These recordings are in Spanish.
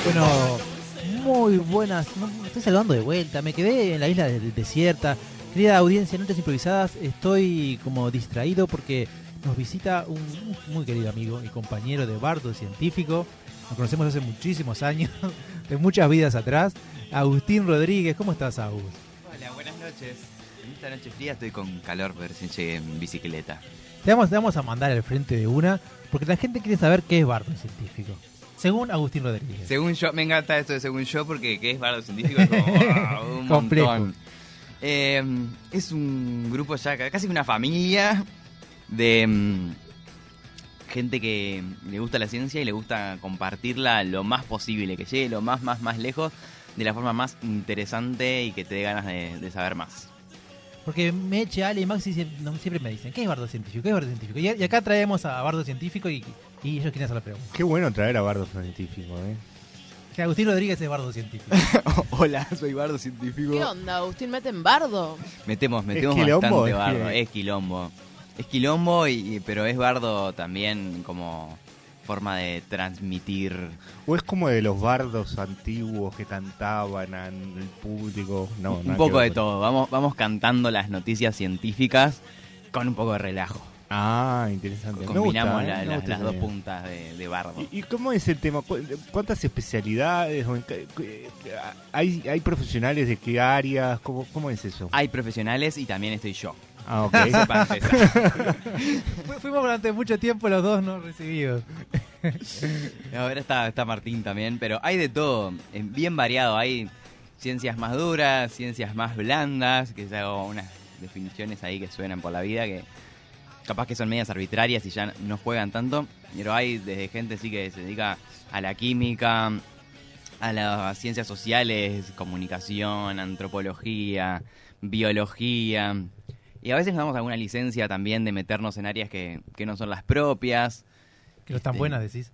Bueno, muy buenas. Estoy saludando de vuelta. Me quedé en la isla desierta. Querida audiencia, notas improvisadas. Estoy como distraído porque nos visita un muy querido amigo y compañero de Bardo Científico. Nos conocemos hace muchísimos años, de muchas vidas atrás. Agustín Rodríguez, ¿cómo estás, Agus? Hola, buenas noches. En esta noche fría estoy con calor, pero recién llegué en bicicleta. Te vamos a mandar al frente de una, porque la gente quiere saber qué es Bardo Científico. Según Agustín Rodríguez. Según yo, me encanta esto de según yo, porque ¿qué es Bardo Científico? Es como un Complejo. montón. Es un grupo ya, casi una familia de gente que le gusta la ciencia y le gusta compartirla lo más posible, que llegue lo más lejos, de la forma más interesante y que te dé ganas de saber más. Porque Meche, Ale y Maxi siempre me dicen, ¿qué es Bardo Científico? ¿Qué es Bardo Científico? Y acá traemos a Bardo Científico y ellos quieren hacer la pregunta. Qué bueno traer a Bardo Científico, Que Agustín Rodríguez es Bardo Científico. Hola, soy Bardo Científico. ¿Qué onda, Agustín? ¿Mete en bardo? Metemos quilombo, bastante es bardo, que- es quilombo. Es quilombo, pero es bardo también como forma de transmitir. ¿O es como de los bardos antiguos que cantaban al público? No, Un nada poco que de ver. todo. Vamos cantando las noticias científicas con un poco de relajo. Ah, interesante. Me Combinamos gusta, me gusta las esa dos idea. puntas de bardo. ¿Y cómo es el tema? ¿Cuántas especialidades? ¿Hay profesionales de qué áreas? ¿Cómo es eso? Hay profesionales y también estoy yo. Ah, ok. Eso para empezar. Fuimos durante mucho tiempo los dos no recibidos. Ahora está Martín también, pero hay de todo, bien variado. Hay ciencias más duras, ciencias más blandas, que ya hago unas definiciones ahí que suenan por la vida, que capaz que son medias arbitrarias y ya no juegan tanto, pero hay desde gente sí que se dedica a la química, a las ciencias sociales, comunicación, antropología, biología, y a veces nos damos alguna licencia también de meternos en áreas que no son las propias. Que no están buenas, decís.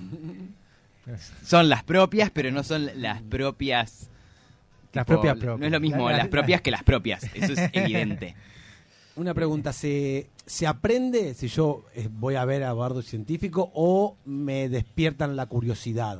Son las propias, pero no son las propias. Las tipo, propias. No es lo mismo las propias que las propias. Eso es evidente. Una pregunta, ¿se aprende si yo voy a ver a Bardo Científico o me despiertan la curiosidad?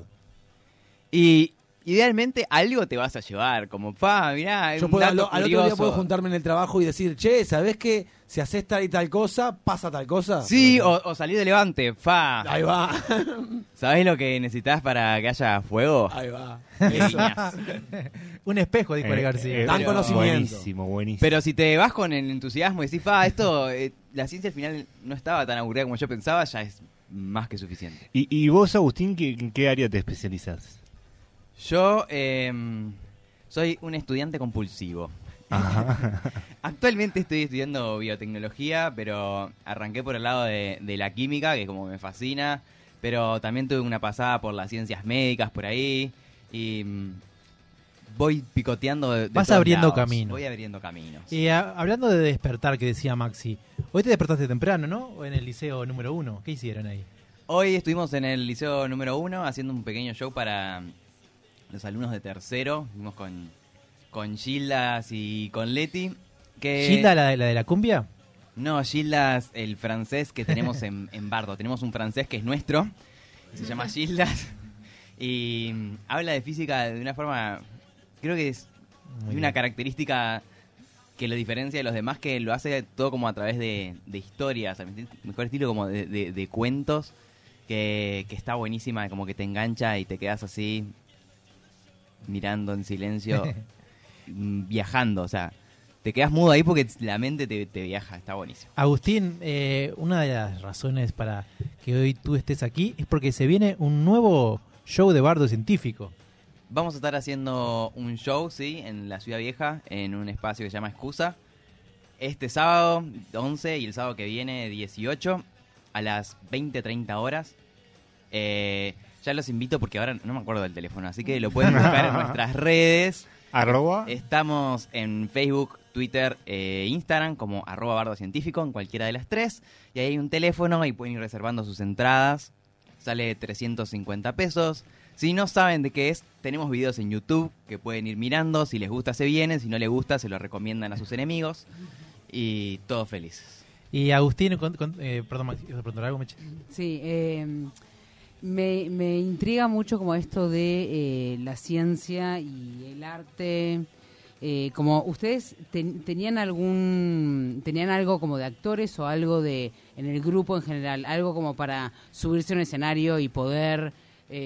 Y idealmente algo te vas a llevar, como, mirá, Yo un puedo, dato al otro curioso. día puedo juntarme en el trabajo y decir, che, ¿sabés que si haces tal y tal cosa, pasa tal cosa? Sí, o salir de Levante, Ahí va, ¿Sabés lo que necesitas para que haya fuego? ahí va. Eso. Un espejo, dijo Ale García. Dan conocimiento. Buenísimo. Pero si te vas con el entusiasmo y decís, esto, la ciencia al final no estaba tan aburrida como yo pensaba, ya es más que suficiente. ¿Y vos, Agustín, en qué área te especializás? Yo soy un estudiante compulsivo. Ajá. Actualmente estoy estudiando biotecnología, pero arranqué por el lado de la química, que como me fascina, pero también tuve una pasada por las ciencias médicas por ahí y voy picoteando de Vas todos abriendo lados. camino. Voy abriendo caminos. Y hablando de despertar, que decía Maxi, hoy te despertaste temprano, ¿no? ¿O en el liceo número 1? ¿Qué hicieron ahí? Hoy estuvimos en el liceo número 1 haciendo un pequeño show para los alumnos de tercero. Fuimos con Gildas y con Leti. ¿Gilda, la de la cumbia? No, Gildas, el francés que tenemos en Bardo. Tenemos un francés que es nuestro, se llama Gildas, y habla de física de una forma, creo que es Muy una bien. característica que lo diferencia de los demás, que lo hace todo como a través de historias, mejor estilo como de cuentos, que está buenísima, como que te engancha y te quedas así mirando en silencio, viajando, o sea, te quedas mudo ahí porque la mente te viaja, está buenísimo. Agustín, una de las razones para que hoy tú estés aquí es porque se viene un nuevo show de Bardo Científico. Vamos a estar haciendo un show, sí, en la Ciudad Vieja, en un espacio que se llama Excusa. Este sábado 11 y el sábado que viene 18 a las 20:30 horas. Ya los invito porque ahora no me acuerdo del teléfono, así que lo pueden buscar en nuestras redes. ¿Arroba? Estamos en Facebook, Twitter e Instagram como @bardocientífico en cualquiera de las tres. Y ahí hay un teléfono y pueden ir reservando sus entradas. Sale 350 pesos. Si no saben de qué es, tenemos videos en YouTube que pueden ir mirando. Si les gusta, se vienen. Si no les gusta, se lo recomiendan a sus enemigos. Y todos felices. Y Agustín, perdón, Maxi, ¿ibas a preguntar algo, Meche? Sí, Me intriga mucho como esto de la ciencia y el arte. Como ustedes tenían algo como de actores o algo de en el grupo en general, algo como para subirse a un escenario y poder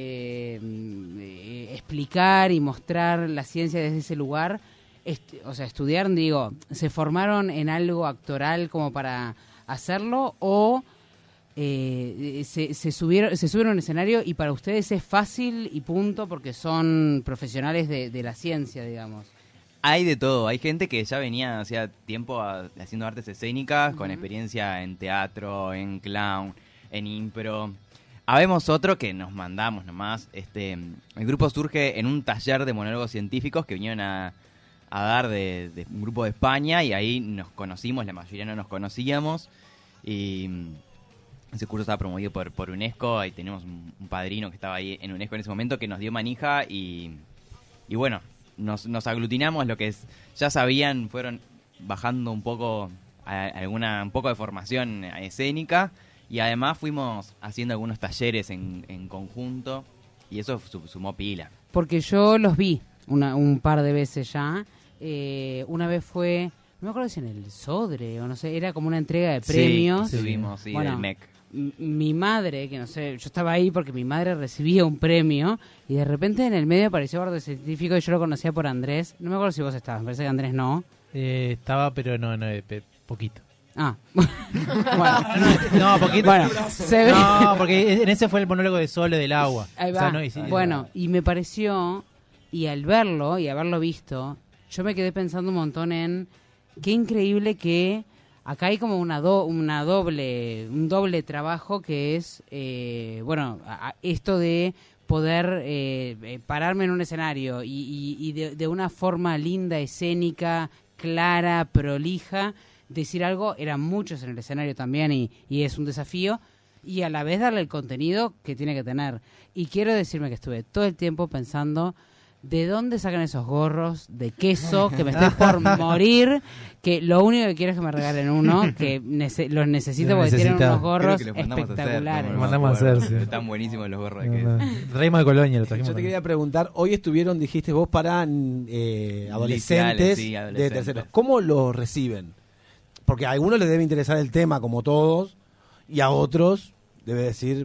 explicar y mostrar la ciencia desde ese lugar. O sea, estudiar, digo, ¿se formaron en algo actoral como para hacerlo o se subieron a un escenario y para ustedes es fácil y punto porque son profesionales de la ciencia, digamos? Hay de todo, hay gente que ya venía hacía tiempo haciendo artes escénicas, con experiencia en teatro, en clown, en impro. Habemos otro que nos mandamos nomás. El grupo surge en un taller de monólogos científicos que vinieron a dar de un grupo de España y ahí nos conocimos, la mayoría no nos conocíamos y ese curso estaba promovido por UNESCO, ahí tenemos un padrino que estaba ahí en UNESCO en ese momento que nos dio manija y bueno, nos aglutinamos, lo que ya sabían, fueron bajando un poco un poco de formación escénica y además fuimos haciendo algunos talleres en conjunto y eso sumó pila. Porque yo los vi un par de veces ya. Una vez fue, no me acuerdo si en el Sodre o no sé, era como una entrega de premios. Sí, estuvimos, bueno, del MEC. Mi madre, que no sé, yo estaba ahí porque mi madre recibía un premio y de repente en el medio apareció Bardo Científico y yo lo conocía por Andrés. No me acuerdo si vos estabas, me parece que Andrés no. Estaba, pero no poquito. Ah, bueno. No, poquito. Bueno, no, porque en ese fue el monólogo de Sole del agua. Ahí va. O sea, no, bueno, y me pareció, y al verlo y haberlo visto, yo me quedé pensando un montón en qué increíble que acá hay como un doble trabajo que es, esto de poder pararme en un escenario y de una forma linda, escénica, clara, prolija, decir algo. Eran muchos en el escenario también y es un desafío. Y a la vez darle el contenido que tiene que tener. Y quiero decirme que estuve todo el tiempo pensando ¿de dónde sacan esos gorros de queso? Que me estoy por morir. Que lo único que quiero es que me regalen uno. Que los necesito porque tienen unos gorros espectaculares. Los mandamos a hacer. Sí. Están buenísimos los gorros de queso. Reima de Colonia lo trajimos. Yo te quería preguntar, hoy estuvieron, dijiste vos, para adolescentes, sí, de terceros. ¿Cómo los reciben? Porque a algunos les debe interesar el tema, como todos, y a otros debe decir,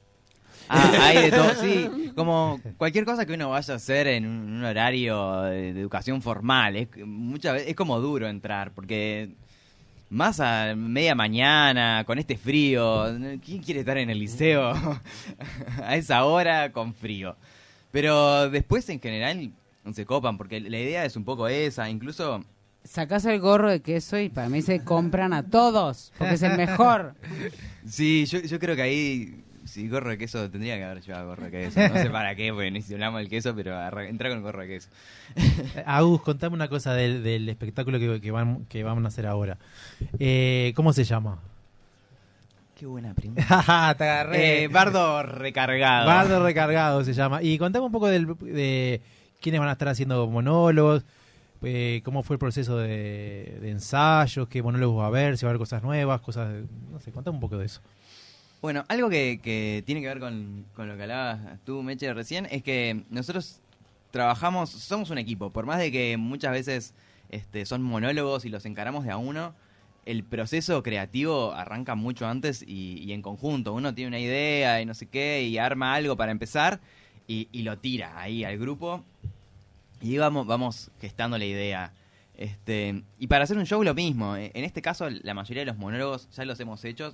hay de todo, sí. Como cualquier cosa que uno vaya a hacer en un horario de educación formal, muchas veces es como duro entrar, porque más a media mañana, con este frío, ¿quién quiere estar en el liceo a esa hora con frío? Pero después en general se copan, porque la idea es un poco esa, incluso... Sacás el gorro de queso y para mí se compran a todos, porque es el mejor. Sí, yo creo que ahí... Sí, gorro de queso, tendría que haber llevado gorro de queso. No sé para qué, porque ni hablamos del queso, pero entra con el gorro de queso. Agus, contame una cosa del espectáculo que vamos a hacer ahora. ¿Cómo se llama? Qué buena pregunta. Te agarré. Bardo Recargado. Bardo Recargado se llama. Y contame un poco de quiénes van a estar haciendo monólogos, cómo fue el proceso de ensayos, qué monólogos va a haber, si va a haber cosas nuevas, no sé, contame un poco de eso. Bueno, algo que tiene que ver con lo que hablabas tú, Meche, recién, es que nosotros somos un equipo. Por más de que muchas veces son monólogos y los encaramos de a uno, el proceso creativo arranca mucho antes y en conjunto. Uno tiene una idea y no sé qué, y arma algo para empezar y lo tira ahí al grupo. Y vamos gestando la idea. Y para hacer un show lo mismo. En este caso, la mayoría de los monólogos ya los hemos hecho.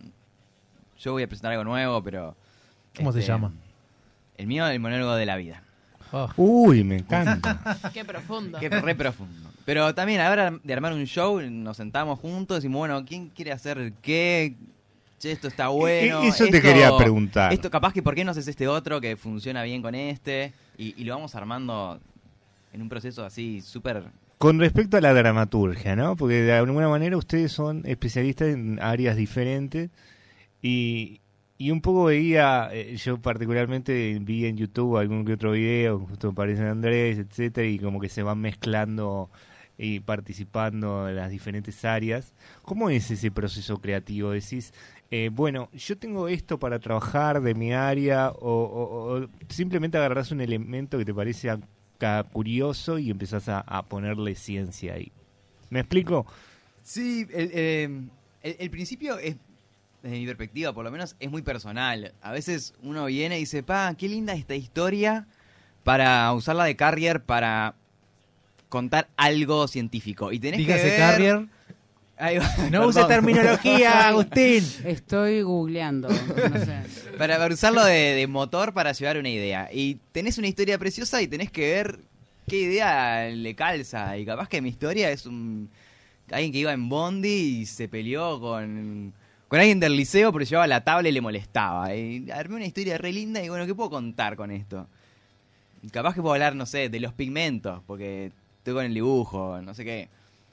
Yo voy a presentar algo nuevo, pero... ¿Cómo se llama? El mío, el monólogo de la vida. Oh. Uy, me encanta. Qué profundo. Qué re profundo. Pero también, a la hora de armar un show, nos sentamos juntos y decimos, bueno, ¿quién quiere hacer qué? Che, esto está bueno. Eso te quería preguntar. Esto capaz que, ¿por qué no haces este otro que funciona bien con este? Y lo vamos armando en un proceso así súper... Con respecto a la dramaturgia, ¿no? Porque de alguna manera ustedes son especialistas en áreas diferentes. Y un poco veía, yo particularmente vi en YouTube algún que otro video, justo me parece Andrés, etcétera, y como que se van mezclando y participando en las diferentes áreas. ¿Cómo es ese proceso creativo? Decís, bueno, yo tengo esto para trabajar de mi área, o simplemente agarrás un elemento que te parece curioso y empezás a ponerle ciencia ahí. ¿Me explico? Sí, el principio es, desde mi perspectiva por lo menos, es muy personal. A veces uno viene y dice, qué linda esta historia para usarla de carrier para contar algo científico. Y tenés Dígase que ver... carrier. Ahí va, No perdón. use terminología, Agustín. Estoy googleando, no sé. Para usarlo de motor para llevar una idea. Y tenés una historia preciosa y tenés que ver qué idea le calza. Y capaz que mi historia es alguien que iba en bondi y se peleó con alguien del liceo porque llevaba la tabla y le molestaba. Y armé una historia re linda y bueno, ¿qué puedo contar con esto? Y capaz que puedo hablar, no sé, de los pigmentos, porque estoy con el dibujo, no sé qué.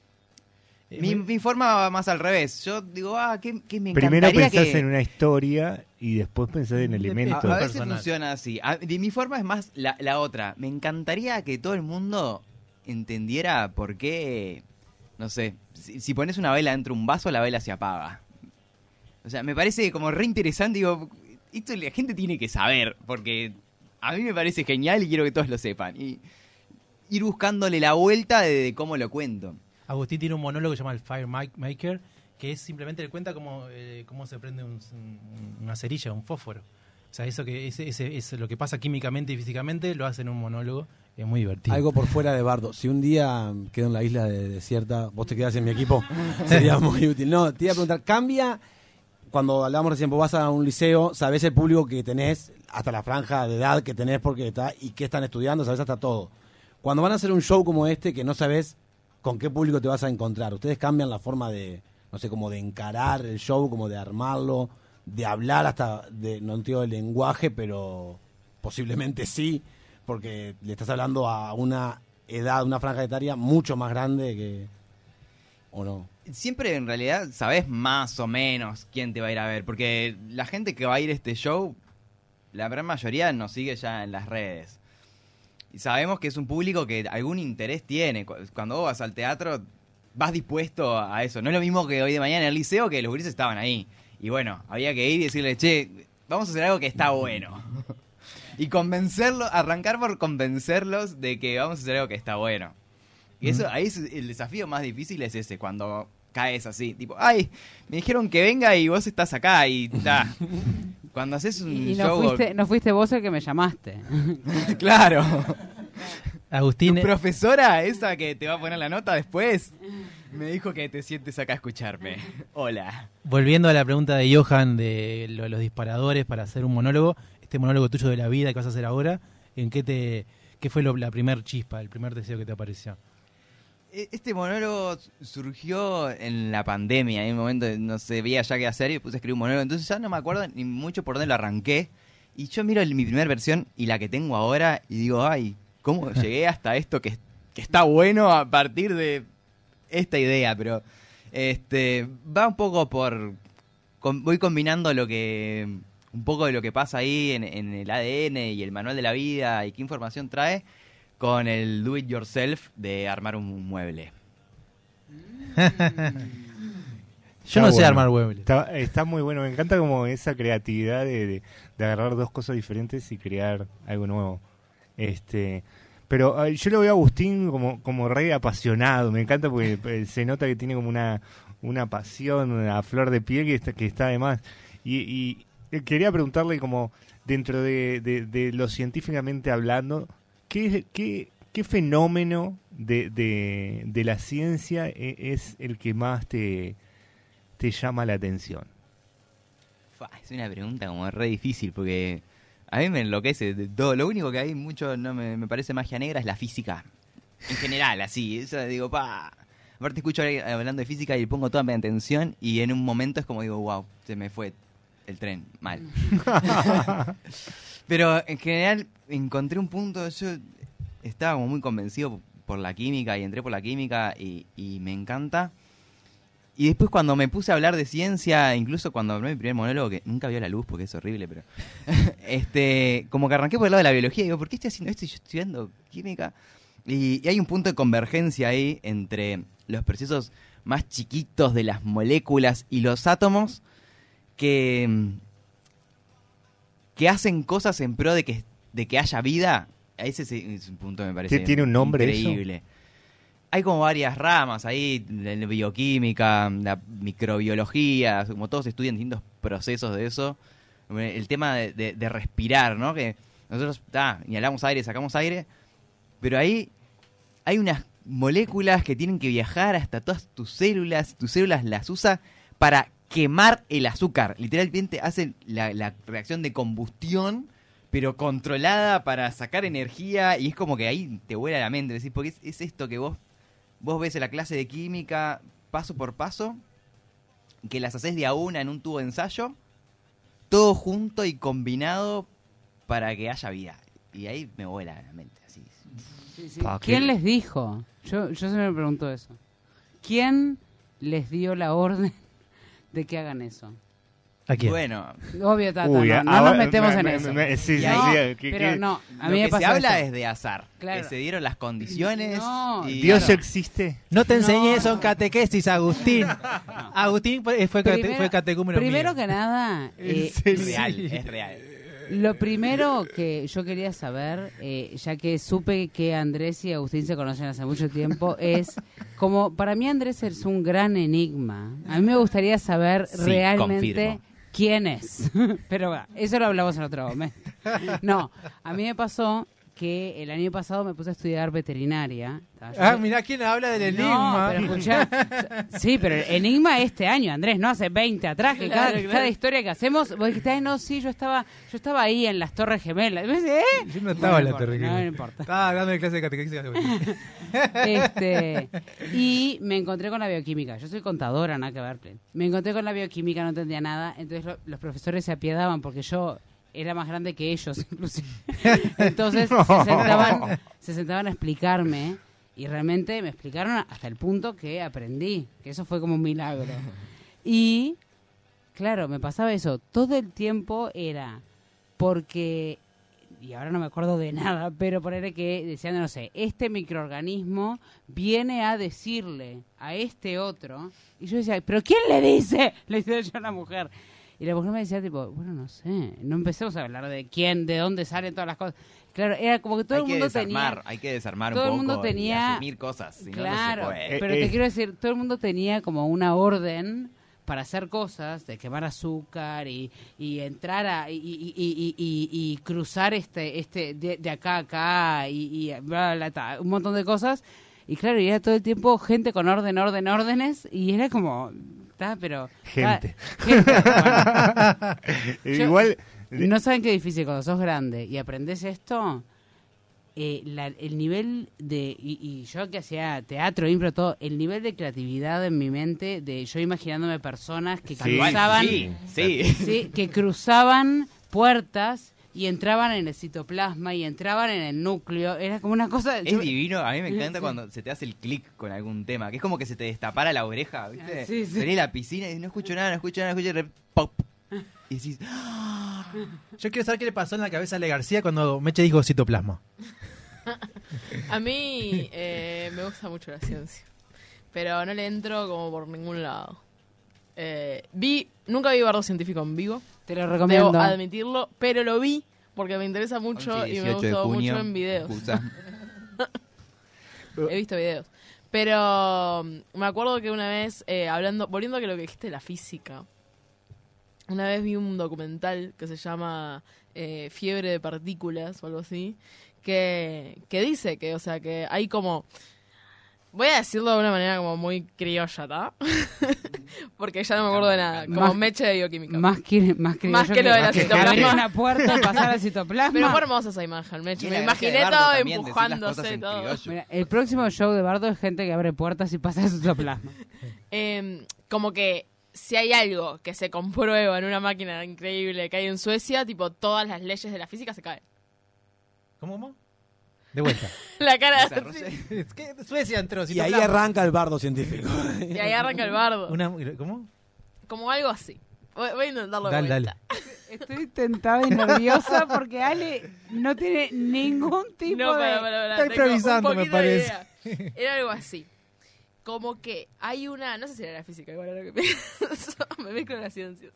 Mi forma va más al revés. Yo digo, que me Primero encantaría pensás que... en una historia y después pensás en elementos. A veces personal. funciona así. Mi forma es más la otra. Me encantaría que todo el mundo entendiera por qué, no sé, si pones una vela dentro de un vaso, la vela se apaga. O sea, me parece como re interesante. Digo, esto la gente tiene que saber, porque a mí me parece genial y quiero que todos lo sepan. Y ir buscándole la vuelta de cómo lo cuento. Agustín tiene un monólogo que se llama el Fire Maker, que es simplemente le cuenta cómo se prende una cerilla, un fósforo. O sea, eso que es lo que pasa químicamente y físicamente, lo hace en un monólogo. Es muy divertido. Algo por fuera de Bardo. Si un día quedo en la isla desierta, vos te quedás en mi equipo, sería muy útil. No, te iba a preguntar, ¿cambia? Cuando hablamos recién, vos vas a un liceo, sabés el público que tenés, hasta la franja de edad que tenés porque está y qué están estudiando, sabés hasta todo. Cuando van a hacer un show como este, que no sabés con qué público te vas a encontrar, ¿ustedes cambian la forma de, no sé, como de encarar el show, como de armarlo, de hablar hasta, no entiendo el lenguaje, pero posiblemente sí, porque le estás hablando a una edad, una franja etaria mucho más grande que... ¿O no? Siempre en realidad sabés más o menos quién te va a ir a ver, porque la gente que va a ir a este show, la gran mayoría nos sigue ya en las redes. Y sabemos que es un público que algún interés tiene. Cuando vos vas al teatro, vas dispuesto a eso. No es lo mismo que hoy de mañana en el liceo, que los gurises estaban ahí. Y bueno, había que ir y decirle, che, vamos a hacer algo que está bueno. Y arrancar por convencerlos de que vamos a hacer algo que está bueno. Y eso, ahí es el desafío más difícil es ese, cuando caes así, tipo, ay, me dijeron que venga y vos estás acá y ta. Cuando haces un Y show... no fuiste vos el que me llamaste. Claro. Agustín, Tu profesora, esa que te va a poner la nota después, me dijo que te sientes acá a escucharme. Hola. volviendo a la pregunta de Johan de los disparadores para hacer un monólogo, este monólogo tuyo de la vida que vas a hacer ahora, ¿qué fue la primer chispa, el primer deseo que te apareció? Este monólogo surgió en la pandemia. En un momento no sabía ya qué hacer y puse a escribir un monólogo. Entonces ya no me acuerdo ni mucho por dónde lo arranqué. Y yo miro mi primera versión y la que tengo ahora y digo, ay, ¿cómo llegué hasta esto que está bueno a partir de esta idea? Pero va un poco voy combinando un poco de lo que pasa ahí en el ADN y el manual de la vida y qué información trae, con el do it yourself de armar un mueble. Yo no sé bueno. armar muebles. Está muy bueno, me encanta como esa creatividad de agarrar dos cosas diferentes y crear algo nuevo. Pero yo lo veo a Agustín como re apasionado, me encanta porque se nota que tiene como una pasión, una flor de piel que está de más. Y quería preguntarle como dentro de lo científicamente hablando, ¿qué fenómeno de la ciencia es el que más te llama la atención? Es una pregunta como re difícil porque a mí me enloquece de todo. Lo único que hay mucho no me parece magia negra es la física. En general, así. Eso digo, Aparte escucho a alguien hablando de física y pongo toda mi atención y en un momento es como digo, wow, se me fue el tren, mal. Pero en general encontré un punto, yo estaba como muy convencido por la química y entré por la química y me encanta. Y después cuando me puse a hablar de ciencia, incluso cuando hablé mi primer monólogo, que nunca vio la luz porque es horrible, pero como que arranqué por el lado de la biología y digo, ¿por qué estoy haciendo esto y yo estoy estudiando química? Y hay un punto de convergencia ahí entre los procesos más chiquitos de las moléculas y los átomos que hacen cosas en pro de que haya vida. Ese es un punto que me parece ¿Tiene un nombre increíble. Hay como varias ramas ahí, la bioquímica, la microbiología, como todos estudian distintos procesos de eso. El tema de respirar, ¿no? Que nosotros inhalamos aire, sacamos aire, pero ahí hay unas moléculas que tienen que viajar hasta todas tus células las usa para quemar el azúcar. Literalmente hacen la reacción de combustión, pero controlada para sacar energía, y es como que ahí te vuela la mente, decís, porque es esto que vos ves en la clase de química paso por paso, que las haces de a una en un tubo de ensayo, todo junto y combinado para que haya vida. Y ahí me vuela la mente, así. ¿Quién les dijo? Yo siempre me pregunto eso. ¿Quién les dio la orden de que hagan eso? ¿A quién? Bueno, Obvio, Tata, Uy, no nos metemos en eso. Sí, sí, No, sí. Pero no, a lo mí me que pasa se habla esto. es de azar. Claro. Que se dieron las condiciones. No, y ¿Dios claro, existe? No te enseñé No. eso en catequesis, Agustín. Agustín fue catecúmeno primero mío. que nada, es real, es real. lo primero que yo quería saber, ya que supe que Andrés y Agustín se conocen hace mucho tiempo, es como, para mí Andrés es un gran enigma. A mí me gustaría saber Sí, realmente confirmo. quién es. Pero bueno, eso lo hablamos en otro momento. No, a mí me pasó que el año pasado me puse a estudiar veterinaria. Mirá quién habla del No, enigma. pero escuchá. Sí, pero el enigma este año, Andrés, no hace 20 atrás, que cada historia que hacemos, vos dijiste, no, sí, yo estaba ahí en las Torres Gemelas. Y me dice, Yo no estaba en la importa, Torre no Gemela. importa. Estaba dando clase de catequesis. Y me encontré con la bioquímica. Yo soy contadora, nada que ver. Plen. Me encontré con la bioquímica, no entendía nada. Entonces los profesores se apiadaban porque yo era más grande que ellos, inclusive. Entonces se sentaban a explicarme y realmente me explicaron hasta el punto que aprendí, que eso fue como un milagro. Y, claro, me pasaba eso. Todo el tiempo era porque, y ahora no me acuerdo de nada, pero ponerle que decían, no sé, este microorganismo viene a decirle a este otro, y yo decía, ¿pero quién le dice? Le decía yo a la mujer. Y la mujer me decía, tipo, bueno, no sé, no empecemos a hablar de quién, de dónde salen todas las cosas. Claro, era como que todo el mundo Hay que desarmar todo el un poco mundo tenía- y asumir cosas. Si claro, no, no se puede. pero te quiero decir, todo el mundo tenía como una orden para hacer cosas, de quemar azúcar y entrar a y cruzar de acá a acá y bla, bla, bla, un montón de cosas. Y claro, y era todo el tiempo gente con órdenes y era como, pero Gente. bueno. Yo- Igual, No saben qué difícil cuando sos grande y aprendes esto, el nivel de, y yo que hacía teatro, impro, todo, el nivel de creatividad en mi mente, de yo imaginándome personas que Sí, cruzaban, Sí. ¿sí? Que cruzaban puertas y entraban en el citoplasma y entraban en el núcleo, era como una cosa... Es divino, a mí me encanta cuando se te hace el clic con algún tema, que es como que se te destapara la oreja, ¿viste? Sí, sí. Salís a la piscina y no escucho nada, y de pop. Y decís, Yo quiero saber qué le pasó en la cabeza a Ale García cuando Meche dijo citoplasma. A mí me gusta mucho la ciencia, pero no le entro como por ningún lado. Nunca vi Bardo Científico en vivo, Te lo recomiendo. debo admitirlo, pero lo vi porque me interesa mucho 11 y y me 18 de gustó junio, mucho en videos. excusa. He visto videos. Pero me acuerdo que una vez, volviendo a lo que dijiste de la física, una vez vi un documental que se llama Fiebre de Partículas o algo así, que dice que, o sea, que hay como... Voy a decirlo de una manera como muy criolla, ¿tá? Porque ya no me acuerdo de nada. Como Más- meche de bioquímica. Más que que lo de la citoplasma. abrir una puerta y pasar al citoplasma. Pero fue hermosa esa imagen, meche. Y Me la gracia de imaginé Bardo todo también, decir las cosas empujándose en todo. criollo. Mira, el próximo show de Bardo es gente que abre puertas y pasa al citoplasma. Como que si hay algo que se comprueba en una máquina increíble que hay en Suecia, tipo todas las leyes de la física se caen. ¿Cómo? De vuelta. La cara Desarrolla- Es que Suecia entró. Y ahí citoplasma. arranca el bardo científico. y ahí arranca el bardo. ¿Cómo? Como algo así. Voy a intentarlo de Dale, vuelta. Estoy tentada y nerviosa porque Ale no tiene ningún tipo No, de... para. Está improvisando, me parece. Era algo así. Como que hay una... No sé si era la física, igual era lo que pienso. Me mezclo las ciencias.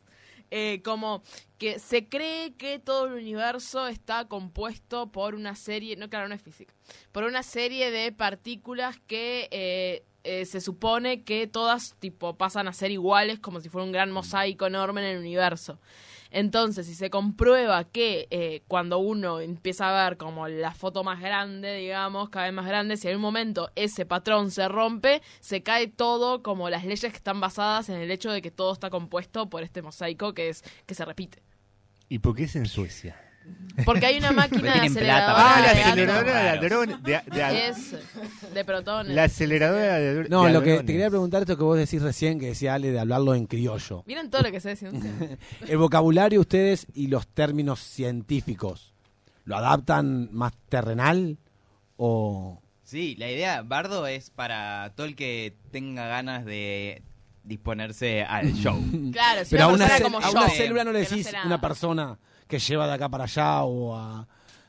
como que se cree que todo el universo está compuesto por una serie, no, claro, no es física, por una serie de partículas que se supone que todas tipo pasan a ser iguales, como si fuera un gran mosaico enorme en el universo. Entonces, si se comprueba que cuando uno empieza a ver como la foto más grande, digamos, cada vez más grande, si en un momento ese patrón se rompe, se cae todo, como las leyes que están basadas en el hecho de que todo está compuesto por este mosaico que se repite. ¿Y por qué es en Suecia? Porque hay una máquina de Tienen plata aceleradora para la hacer de efectos aceleradora de raros. hadrones. de protones. La aceleradora de hadrones. No, lo que te quería preguntar, esto que vos decís recién, que decía Ale, de hablarlo en criollo. Miren todo lo que sé de ciencia. El vocabulario ustedes y los términos científicos, ¿lo adaptan más terrenal o...? Sí, la idea, Bardo, es para todo el que tenga ganas de disponerse al show. Claro, si Pero a una una, persona cel- como a yo, una célula no le que no decís sé nada. una persona que lleva de acá para allá o a...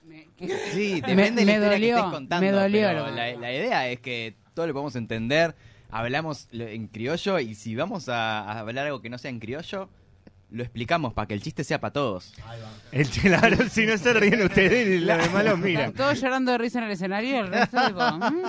Sí, depende de la me historia que dolió, estés contando. me dolió pero lo- la idea es que todo lo podemos entender, hablamos en criollo y si vamos a hablar algo que no sea en criollo, lo explicamos para que el chiste sea para todos. Claro, si no se ríen ustedes, la demás los miran. Están todos llorando de risa en el escenario y el resto tipo,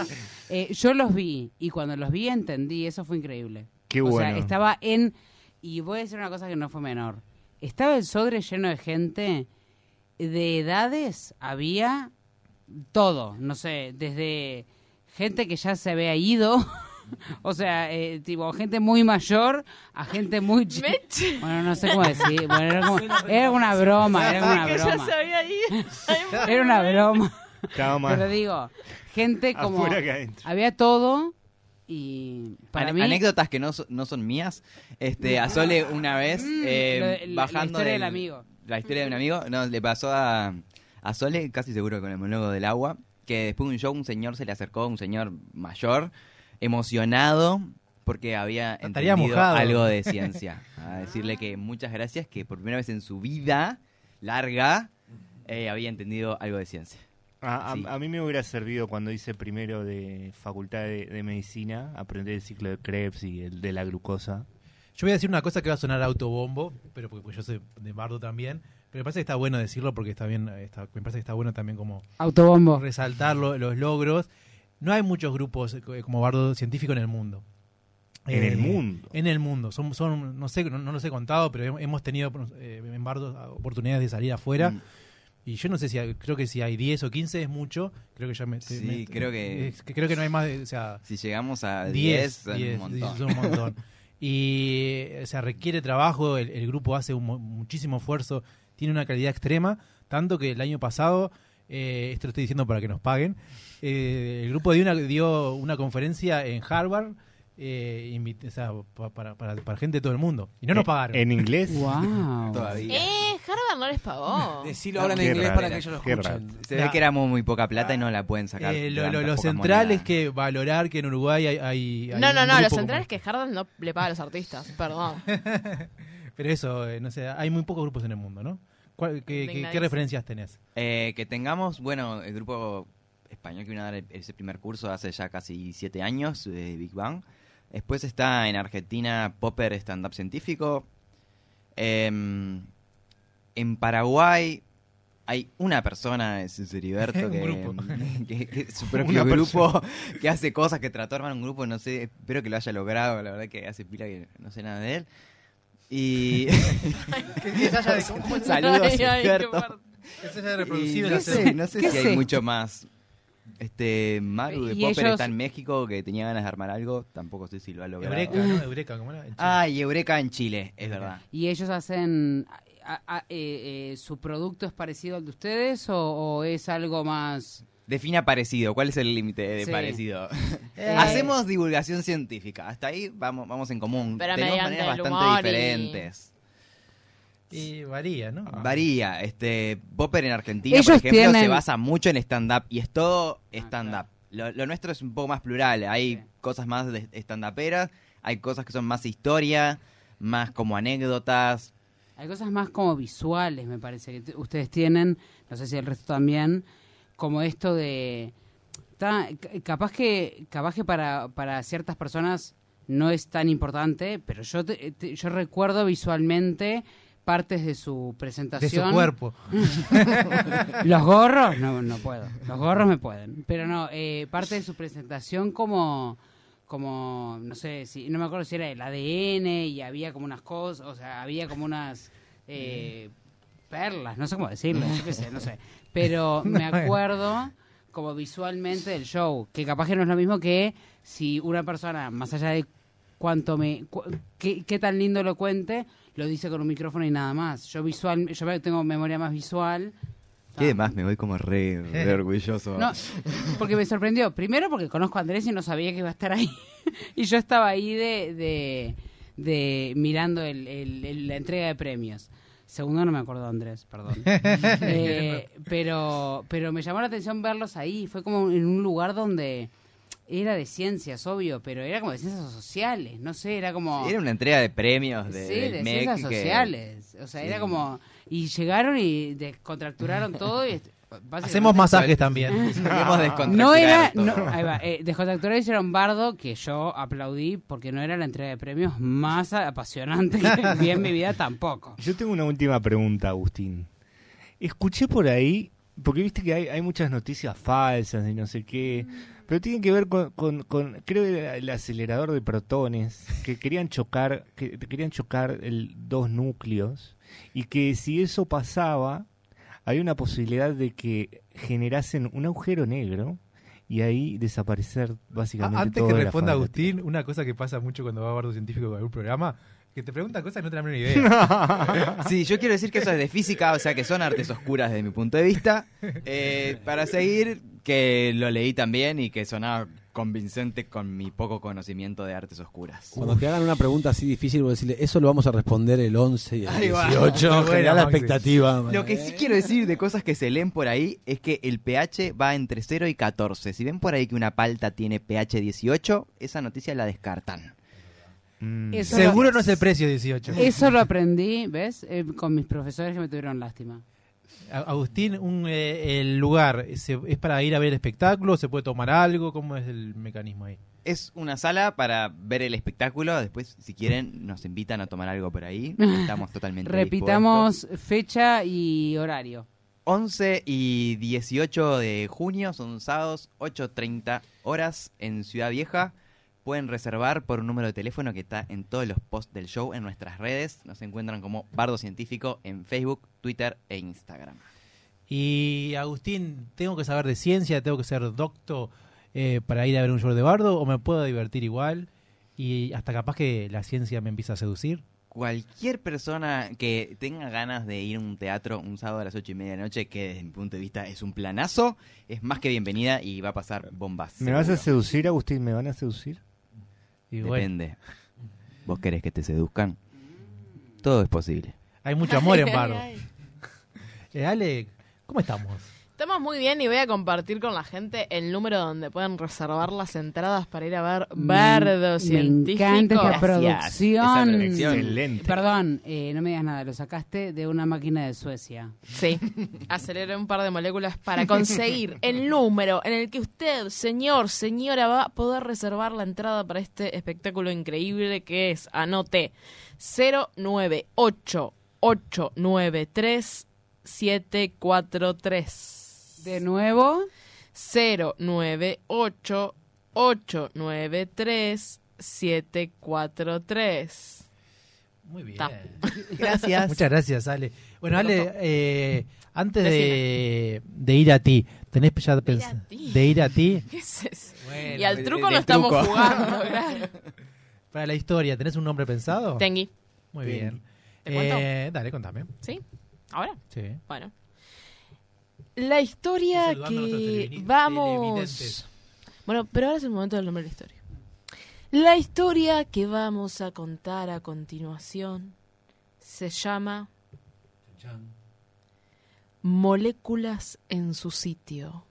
yo los vi y cuando los vi entendí, eso fue increíble. Qué O bueno. sea, estaba en... Y voy a decir una cosa que no fue menor. Estaba el Sodre lleno de gente, de edades, había todo, no sé, desde gente que ya se había ido, o sea, tipo gente muy mayor a gente muy Meche. bueno, no sé cómo decir, bueno, era una broma, era una Que ya broma. se había ido. Ay, Era una broma. Estaba más Pero digo, gente como... afuera que adentro. Había todo y para mí... Anécdotas que no son mías. A Sole una vez, la bajando historia del amigo. La historia de un amigo, no, le pasó a Sole, casi seguro que con el monólogo del agua, que después de un show un señor se le acercó, un señor mayor, emocionado, porque había Estaría entendido mojado. algo de ciencia. A decirle que muchas gracias, que por primera vez en su vida larga había entendido algo de ciencia. Sí. A mí me hubiera servido cuando hice primero de facultad de medicina, aprender el ciclo de Krebs y el de la glucosa. Yo voy a decir una cosa que va a sonar autobombo, pero porque yo soy de Bardo también, pero me parece que está bueno decirlo porque está bien, me parece que está bueno también como Autobombo. resaltar los logros. No hay muchos grupos como Bardo científico en el mundo. En el mundo. En el mundo. Son no sé, no los he contado, pero hemos tenido en Bardo oportunidades de salir afuera. Y yo no sé creo que si hay 10 o 15 es mucho. Creo que ya Sí, creo que- creo que no hay más o sea, Si llegamos a 10 10, un montón. es un montón. Y o sea, requiere trabajo, el grupo hace muchísimo esfuerzo, tiene una calidad extrema, tanto que el año pasado, esto lo estoy diciendo para que nos paguen, el grupo dio una conferencia en Harvard, o sea, para gente de todo el mundo, y no nos pagaron. ¿En inglés? Wow. Todavía. Harvard no les pagó. Decilo ahora en Qué inglés raro, para que ellos lo qué escuchen. Se ve que éramos muy poca plata y no la pueden sacar. Lo levantar pocas central monedas. es que valorar que en Uruguay hay No, un lo grupo central es como- que Harvard no le paga a los artistas, perdón. Pero eso, no sé, hay muy pocos grupos en el mundo, ¿no? ¿Qué Indignadísimo. referencias tenés? Que tengamos, bueno, el grupo español que vino a dar ese primer curso hace ya casi 7 años, Big Bang. Después está en Argentina Popper Stand Up Científico. En Paraguay hay una persona, es Heriberto, Un que, grupo. que es su propio Una grupo, que hace cosas, que trató de armar un grupo, no sé, espero que lo haya logrado, la verdad que hace pila que no sé nada de él. Y saludos, Ay, ay, qué Heriberto. fuerte. Que se haya Y reproducido no la sé, no sé ¿Qué si es hay esto? mucho más. Maru de Y Popper ellos- está en México, que tenía ganas de armar algo, tampoco sé si lo ha logrado. Eureka, ¿no? Eureka, ¿cómo era? En Chile. Ah, y Eureka en Chile, es verdad. ¿Y ellos hacen... su producto es parecido al de ustedes o es algo más... Defina parecido, ¿cuál es el límite de Sí. parecido? Hacemos divulgación científica, hasta ahí vamos en común. Pero Tenemos mediante maneras el bastante humor y- diferentes. Y varía, ¿no? Varía, Popper en Argentina, Ellos por ejemplo, tienen- se basa mucho en stand-up y es todo stand-up. claro. Lo nuestro es un poco más plural, hay Sí. cosas más de stand-uperas, hay cosas que son más historia, más como anécdotas. Hay cosas más como visuales, me parece, que ustedes tienen, no sé si el resto también, como esto de... Capaz que para ciertas personas no es tan importante, pero yo recuerdo visualmente partes de su De presentación. su cuerpo. Los gorros, no puedo. Los gorros me pueden. Pero no, parte de su presentación como no sé, no me acuerdo si era el ADN y había como unas cosas, o sea, había como unas perlas, no sé cómo decirlo, yo qué sé, no sé. Pero me acuerdo como visualmente del show, que capaz que no es lo mismo que si una persona, más allá de qué tan lindo lo cuente, lo dice con un micrófono y nada más. Yo tengo memoria más visual. ¿Qué demás? Me voy como re orgulloso. No, porque me sorprendió. Primero porque conozco a Andrés y no sabía que iba a estar ahí. Y yo estaba ahí de mirando la entrega de premios. Segundo, no me acuerdo de Andrés, perdón. Pero me llamó la atención verlos ahí. Fue como en un lugar donde era de ciencias, obvio, pero era como de ciencias sociales. No sé, era como... Era una entrega de premios del de MEC ciencias sociales. O sea, Sí. era como... Y llegaron y descontracturaron todo y... Hacemos masajes también. Queremos descontracturar No era, todo. ahí va, descontracturar hicieron Bardo, que yo aplaudí porque no era la entrega de premios más apasionante que vi en mi vida tampoco. Yo tengo una última pregunta, Agustín. Escuché por ahí, porque viste que hay muchas noticias falsas y no sé qué, pero tienen que ver con creo que era el acelerador de protones, que querían chocar dos núcleos, y que si eso pasaba, hay una posibilidad de que generasen un agujero negro y ahí desaparecer básicamente Antes todo que de la responda faz. Agustín, una cosa que pasa mucho cuando va a bardo científico con algún programa, que te preguntan cosas y no te dan una idea. Sí, yo quiero decir que eso es de física, o sea que son artes oscuras desde mi punto de vista. Para seguir, que lo leí también y que sonaba convincente con mi poco conocimiento de artes oscuras. Cuando te hagan una pregunta así difícil, vos decirle, eso lo vamos a responder el 11 y el Ahí va. 18. Muy buena, Generar la Maxi. expectativa. Lo que sí quiero decir de cosas que se leen por ahí es que el pH va entre 0 y 14. Si ven por ahí que una palta tiene pH 18, esa noticia la descartan. Eso Seguro no es el precio 18. Eso lo aprendí, ¿ves? Con mis profesores que me tuvieron lástima. Agustín, el lugar, ¿es para ir a ver el espectáculo? ¿Se puede tomar algo? ¿Cómo es el mecanismo ahí? Es una sala para ver el espectáculo. Después, si quieren, nos invitan a tomar algo por ahí. Estamos totalmente Repitamos fecha y horario. 11 y 18 de junio, son sábados, 8:30 horas en Ciudad Vieja. Pueden reservar por un número de teléfono que está en todos los posts del show en nuestras redes. Nos encuentran como Bardo Científico en Facebook, Twitter e Instagram. Y Agustín, ¿tengo que saber de ciencia? ¿Tengo que ser docto para ir a ver un show de bardo? ¿O me puedo divertir igual? Y hasta capaz que la ciencia me empieza a seducir. Cualquier persona que tenga ganas de ir a un teatro un sábado a las 8:30 de la noche, que desde mi punto de vista es un planazo, es más que bienvenida y va a pasar bombas. ¿Me vas a seguro. seducir, Agustín? ¿Me van a seducir? Y bueno, Depende. ¿Vos querés que te seduzcan? Todo es posible. hay mucho amor en bardo. Ay, ay. Ale, ¿cómo estamos? Estamos muy bien y voy a compartir con la gente el número donde pueden reservar las entradas para ir a ver Bardo Me Científico. encanta esta Gracias. producción. Esa producción. Excelente. Perdón, no me digas nada, lo sacaste de una máquina de Suecia. Sí, aceleré un par de moléculas para conseguir el número en el que usted, señor, señora, va a poder reservar la entrada para este espectáculo increíble que es, anote, 098-893-743. De nuevo, 098-893-743. Muy bien. Ta. Gracias. Muchas gracias, Ale. Bueno, Ale, antes de ir a ti, ¿tenés ya a pensado? ti. De ir a ti. ¿Qué es eso? Bueno, Y al de- truco de no estamos truco. jugando, claro. para la historia, ¿tenés un nombre pensado? Tengui, Muy bien. ¿Te cuento? Dale, contame. ¿sí? ¿Ahora? Sí. Bueno. La historia Saludando a nuestros que televidentes. vamos... Bueno, pero ahora es el momento del nombre de la historia. La historia que vamos a contar a continuación se llama Moléculas en su sitio.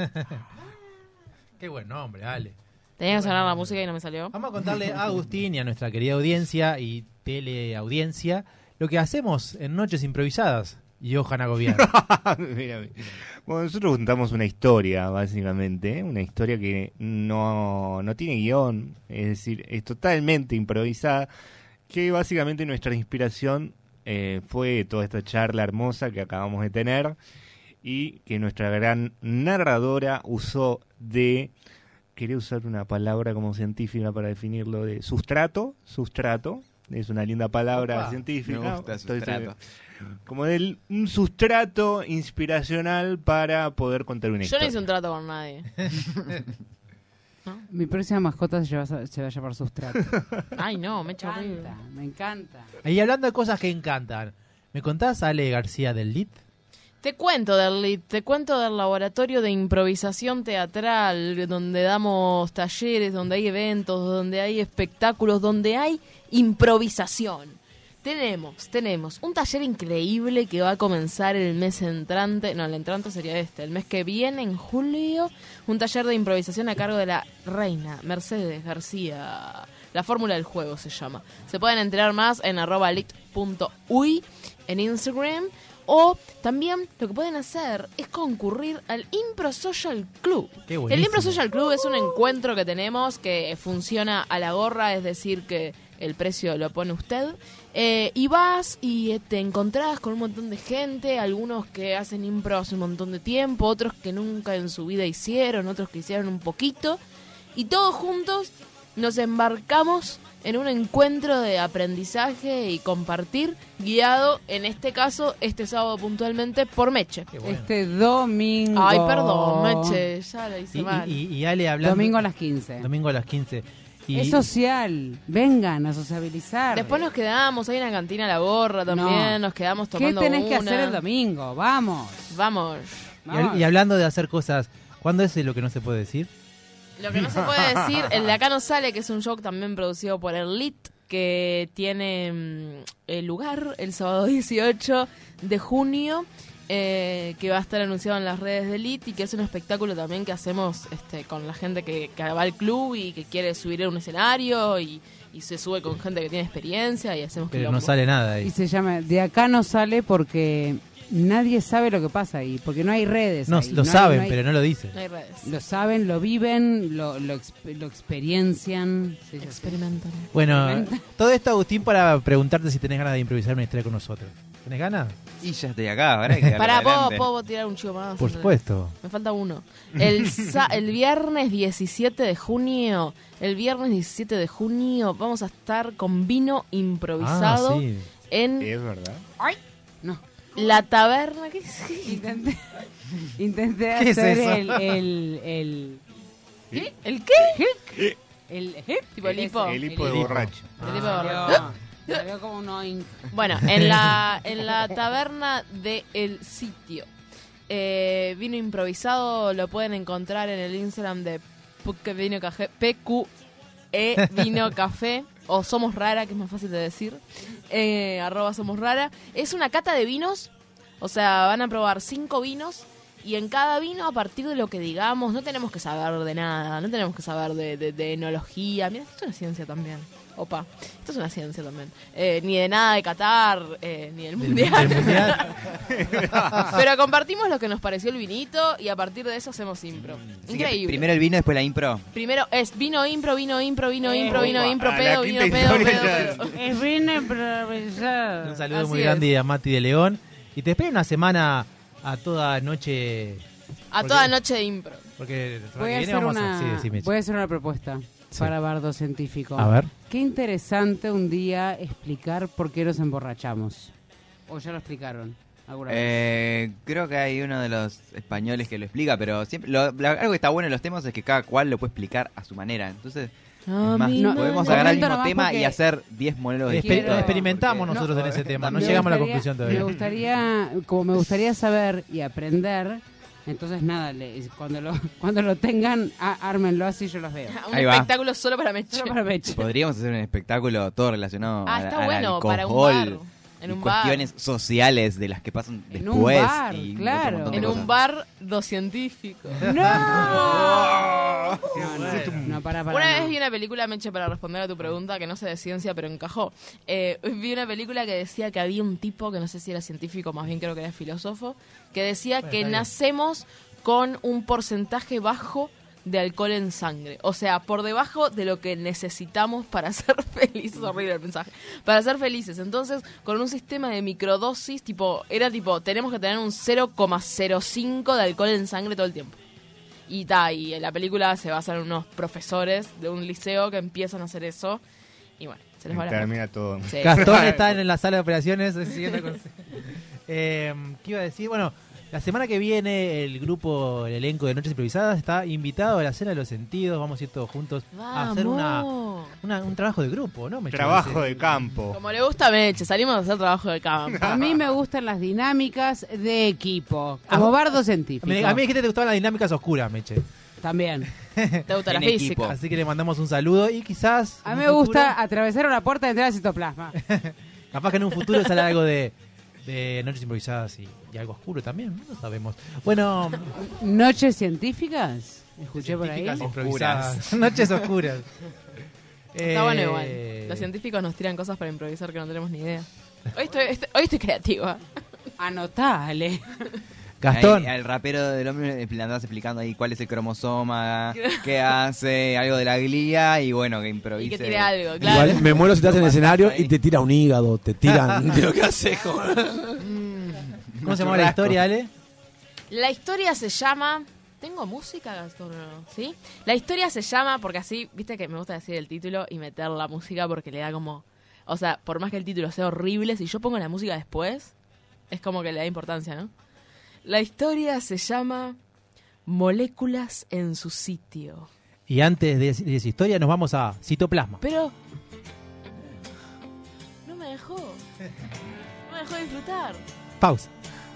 Qué buen nombre, Ale. Tenía que sonar la música y no me salió. Vamos a contarle a Agustín y a nuestra querida audiencia y teleaudiencia lo que hacemos en Noches Improvisadas. Johan Agobián. Mira, mira. Bueno, nosotros contamos una historia, básicamente, una historia que no tiene guión, es decir, es totalmente improvisada, que básicamente nuestra inspiración fue toda esta charla hermosa que acabamos de tener y que nuestra gran narradora usó de, quería usar una palabra como científica para definirlo, de sustrato, es una linda palabra Opa, científica. me gusta sustrato. Como un sustrato inspiracional para poder contar una Yo historia. no hice un trato con nadie. Mi próxima mascota se va a llamar Sustrato. Ay, no, me echa horrible. Me encanta. Y hablando de cosas que encantan, ¿me contás, Ale García, del LIT? Te cuento del LIT, te cuento del laboratorio de improvisación teatral, donde damos talleres, donde hay eventos, donde hay espectáculos, donde hay improvisación. Tenemos un taller increíble que va a comenzar el mes entrante, no, el entrante sería el mes que viene, en julio, un taller de improvisación a cargo de la reina Mercedes García. La fórmula del juego se llama. Se pueden enterar más en @lit.uy en Instagram. O también lo que pueden hacer es concurrir al Impro Social Club. Qué buenísimo. El Impro Social Club es un encuentro que tenemos que funciona a la gorra, es decir, que el precio lo pone usted. Y vas y te encontrás con un montón de gente, algunos que hacen impro hace un montón de tiempo, otros que nunca en su vida hicieron, otros que hicieron un poquito. Y todos juntos nos embarcamos en un encuentro de aprendizaje y compartir, guiado, en este caso, este sábado puntualmente, por Meche. Qué bueno. Este domingo. Ay, perdón, Meche, ya la hice mal. Y Ale hablando... Domingo a las 15. Domingo a las 15. Y, Es social. Vengan a sociabilizar. Después nos quedamos, hay una cantina a la gorra también, No. nos quedamos ¿Qué tomando tenés que una. hacer el domingo? Vamos. Vamos. Vamos. y hablando de hacer cosas, ¿cuándo es lo que no se puede decir? Lo que no se puede decir, el de Acá No Sale, que es un show también producido por el LIT, que tiene lugar el sábado 18 de junio, que va a estar anunciado en las redes del LIT y que es un espectáculo también que hacemos con la gente que va al club y que quiere subir a un escenario y se sube con gente que tiene experiencia y hacemos Pero quilombo. no sale nada Y ahí. se llama De Acá No Sale porque nadie sabe lo que pasa ahí. Porque no hay redes. No, ahí. lo No hay- saben, no hay- pero no lo dicen. No hay redes. Lo saben, lo viven, lo experiencian. Sí, sí, sí. Experimentan. Bueno, todo esto, Agustín, para preguntarte si tenés ganas de improvisar una historia con nosotros. ¿Tenés ganas? Y ya estoy acá, ¿verdad? Hay que darle Pará, adelante. ¿puedo tirar un chivo más? Por supuesto. Me falta uno. El viernes 17 de junio, vamos a estar con vino improvisado Ah, sí. en Es verdad. No. la taberna. ¿Qué es? Intenté ¿Qué es hacer eso? el ¿El qué? el Tipo el hipo. El hipo de borracho. El hipo de borracho. Yo me veo como un oink. Bueno, en la taberna de El Sitio. Vino improvisado, lo pueden encontrar en el Instagram de PQE Vino Café, PQE Vino Café, o Somos Rara, que es más fácil de decir, @Somos Rara. Es una cata de vinos, o sea, van a probar 5 vinos, y en cada vino, a partir de lo que digamos, no tenemos que saber de nada, no tenemos que saber de enología. Mira, esto es una ciencia también. Opa, esto es una ciencia también. Ni de nada de Qatar, ni del Mundial. Del Mundial. Pero compartimos lo que nos pareció el vinito y a partir de eso hacemos impro. Así que Increíble. primero el vino, después la impro. Primero es vino impro, pedo, a pedo, la vino quinta pedo, historia pedo, ya- pedo. Es bien improvisado. Un saludo Así muy es. grande a Mati de León. Y te espero una semana a toda noche. A toda noche de impro. Porque la semana Voy que a viene hacer vamos una, a... Sí, decime. voy a hacer una propuesta Sí. para Bardo Científico. A ver. Qué interesante un día explicar por qué nos emborrachamos. O ya lo explicaron alguna vez. Creo que hay uno de los españoles que lo explica, pero siempre algo que está bueno en los temas es que cada cual lo puede explicar a su manera. Entonces, es más, mi podemos manera. agarrar el Comento mismo nomás tema y porque- hacer 10 monólogos Exper- distintos. experimentamos porque- nosotros en ese tema, no Me llegamos a la gustaría- conclusión todavía. me gustaría saber y aprender. Entonces nada, cuando lo tengan, ármenlo así yo los veo. Un Ahí va. espectáculo solo para Meche. Solo para Meche. Podríamos hacer un espectáculo todo relacionado Está al bueno, alcohol, para un bar. En y un bar. cuestiones sociales de las que pasan En un después. bar, y otro claro. montón de En cosas. un bar dos científicos. No, para. Una vez vi una película, Meche, para responder a tu pregunta, que no sé de ciencia, pero encajó. Vi una película que decía que había un tipo, que no sé si era científico, más bien creo que era filósofo, que decía que está bien. nacemos con un porcentaje bajo de alcohol en sangre. O sea, por debajo de lo que necesitamos para ser felices. Horrible el mensaje. Para ser felices. Entonces, con un sistema de microdosis, era tenemos que tener un 0,05 de alcohol en sangre todo el tiempo. Y en la película se basa en unos profesores de un liceo que empiezan a hacer eso. Y bueno, se les va la Termina todo. Sí. Gastón está en la sala de operaciones. Siguiendo con... ¿Qué iba a decir? Bueno, la semana que viene el elenco de Noches Improvisadas está invitado a la Cena de los Sentidos. Vamos a ir todos juntos a hacer un trabajo de grupo, ¿no? Trabajo de campo. Como le gusta a Meche, salimos a hacer trabajo de campo. A mí me gustan las dinámicas de equipo, como bardo científico. A mí es que te gustaban las dinámicas oscuras, Meche. También. Te gusta la En física. equipo. Así que le mandamos un saludo y quizás... A en mí un me gusta futuro, atravesar una puerta y entrar al citoplasma. capaz que en un futuro sale algo de Noches Improvisadas y algo oscuro también, no sabemos. Bueno, ¿Noches científicas? Escuché por ahí. científicas improvisadas. Noches oscuras. Está bueno igual. Los científicos nos tiran cosas para improvisar que no tenemos ni idea. Hoy estoy creativa. Anotale. Gastón, Ahí, al rapero del hombre le andás explicando ahí cuál es el cromosoma, qué hace, algo de la glía y bueno, que improvise. Y que tire algo, claro. Igual me muero si estás en el escenario y te tira un hígado, te tiran de lo que haces. ¿cómo se llama la historia, Ale? La historia se llama... ¿Tengo música, Gastón, o no? ¿Sí? La historia se llama, porque así, viste que me gusta decir el título y meter la música porque le da como... O sea, por más que el título sea horrible, si yo pongo la música después, es como que le da importancia, ¿no? La historia se llama Moléculas en su sitio. Y antes de esa historia nos vamos a Citoplasma. Pero... No me dejó disfrutar. Pausa.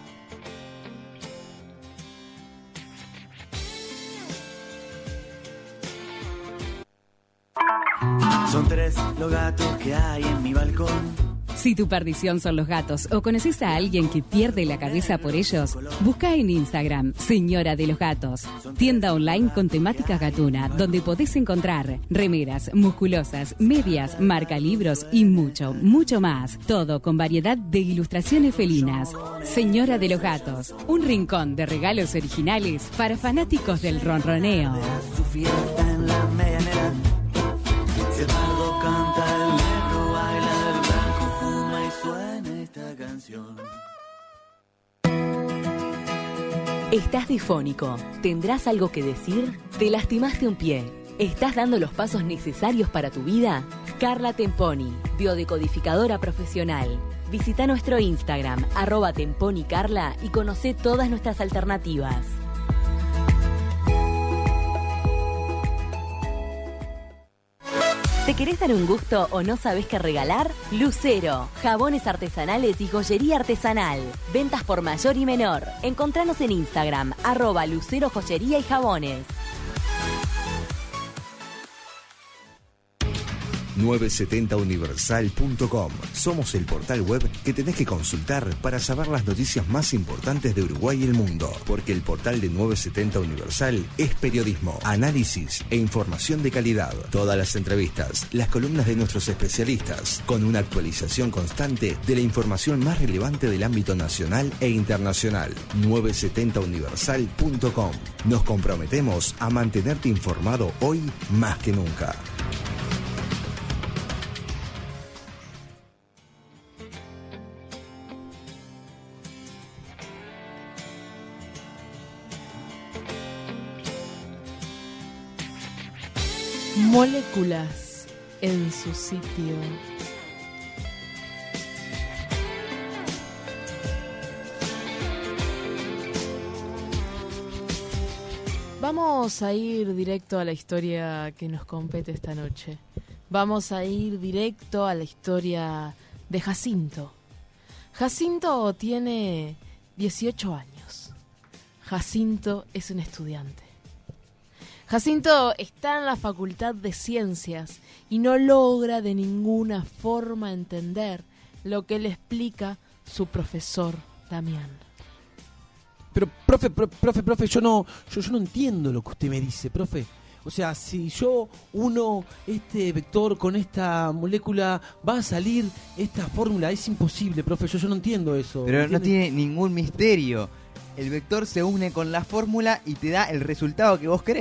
Son 3 los gatos que hay en mi balcón. Si tu perdición son los gatos o conoces a alguien que pierde la cabeza por ellos, busca en Instagram Señora de los Gatos, tienda online con temática gatuna, donde podés encontrar remeras, musculosas, medias, marcalibros y mucho, mucho más. Todo con variedad de ilustraciones felinas. Señora de los Gatos, un rincón de regalos originales para fanáticos del ronroneo. Su fiesta en la medianera. Si el pardo canta, el negro baila, el blanco fuma y suena esta canción. ¿Estás difónico? ¿Tendrás algo que decir? ¿Te lastimaste un pie? ¿Estás dando los pasos necesarios para tu vida? Carla Temponi, biodecodificadora profesional. Visita nuestro Instagram, @temponicarla y conoce todas nuestras alternativas. ¿Te querés dar un gusto o no sabés qué regalar? Lucero, jabones artesanales y joyería artesanal. Ventas por mayor y menor. Encontranos en Instagram, @Lucero Joyería y Jabones. 970universal.com. Somos el portal web que tenés que consultar para saber las noticias más importantes de Uruguay y el mundo. Porque el portal de 970 Universal es periodismo, análisis e información de calidad. Todas las entrevistas, las columnas de nuestros especialistas, con una actualización constante de la información más relevante del ámbito nacional e internacional. 970universal.com. Nos comprometemos a mantenerte informado hoy más que nunca. Moléculas en su sitio. Vamos a ir directo a la historia que nos compete esta noche. Vamos a ir directo a la historia de Jacinto. Jacinto tiene 18 años. Jacinto es un estudiante. Jacinto está en la Facultad de Ciencias y no logra de ninguna forma entender lo que le explica su profesor Damián. Pero, profe, yo no entiendo lo que usted me dice, profe. O sea, si yo uno este vector con esta molécula, va a salir esta fórmula. Es imposible, profe, yo no entiendo eso. Pero ¿entiende? no tiene ningún misterio. El vector se une con la fórmula y te da el resultado que vos querés.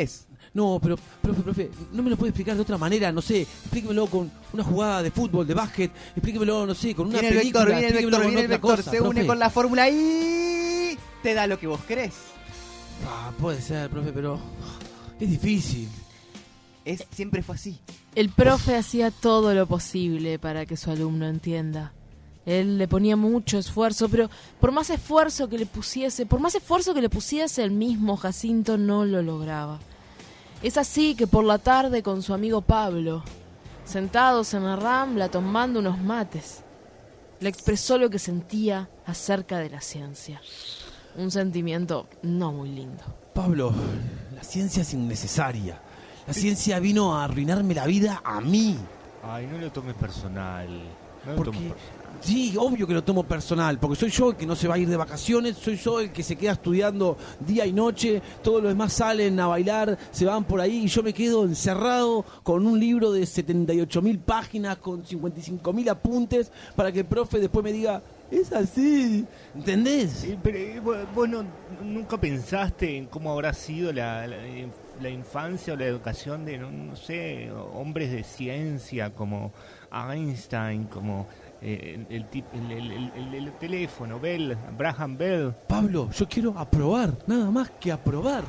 No, pero, profe, no me lo puede explicar de otra manera, no sé. Explíquemelo con una jugada de fútbol, de básquet. Explíquemelo, no sé, con una Viene el película. vector, viene el explíquemelo vector, con viene el otra vector. cosa, Se une profe. con la fórmula y te da lo que vos querés. Puede ser, profe, pero es difícil. Siempre fue así. El profe hacía todo lo posible para que su alumno entienda. Él le ponía mucho esfuerzo, pero por más esfuerzo que le pusiese el mismo, Jacinto no lo lograba. Es así que por la tarde con su amigo Pablo, sentados en la rambla tomando unos mates, le expresó lo que sentía acerca de la ciencia. Un sentimiento no muy lindo. Pablo, la ciencia es innecesaria. La ciencia vino a arruinarme la vida a mí. Ay, no lo tomes personal. No lo Porque tomes personal. sí, obvio que lo tomo personal, porque soy yo el que no se va a ir de vacaciones, soy yo el que se queda estudiando día y noche, todos los demás salen a bailar, se van por ahí y yo me quedo encerrado con un libro de 78.000 páginas, con 55.000 apuntes, para que el profe después me diga, es así, ¿entendés? Pero vos nunca pensaste en cómo habrá sido la infancia o la educación de, no sé, hombres de ciencia como Einstein, como el teléfono, Bell, Graham Bell. Pablo, yo quiero aprobar, nada más que aprobar.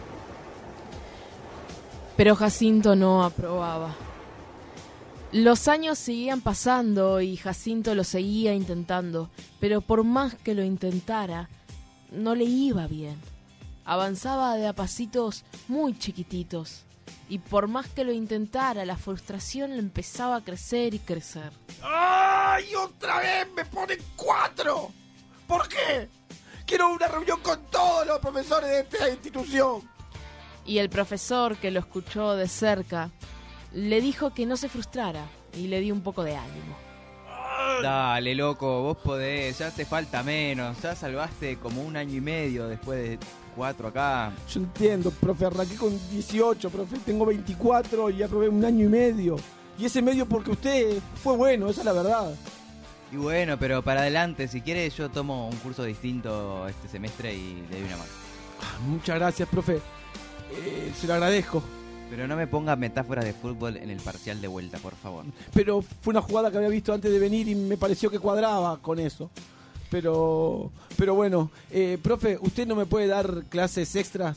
Pero Jacinto no aprobaba. Los años seguían pasando y Jacinto lo seguía intentando, pero por más que lo intentara, no le iba bien. Avanzaba de a pasitos muy chiquititos, y por más que lo intentara, la frustración le empezaba a crecer y crecer. ¡Ay, otra vez me ponen 4! ¿Por qué? Quiero una reunión con todos los profesores de esta institución. Y el profesor, que lo escuchó de cerca, le dijo que no se frustrara y le dio un poco de ánimo. Dale, loco, vos podés, ya te falta menos. Ya salvaste como 1 año y medio después de 4 acá. Yo entiendo, profe, arranqué con 18, profe, tengo 24 y aprobé 1 año y medio. Y ese medio porque usted fue bueno, esa es la verdad. Y bueno, pero para adelante, si quieres yo tomo un curso distinto este semestre y le doy una mano. Muchas gracias, profe. Se lo agradezco. Pero no me ponga metáforas de fútbol en el parcial de vuelta, por favor. Pero fue una jugada que había visto antes de venir y me pareció que cuadraba con eso. Pero bueno, profe, ¿usted no me puede dar clases extras?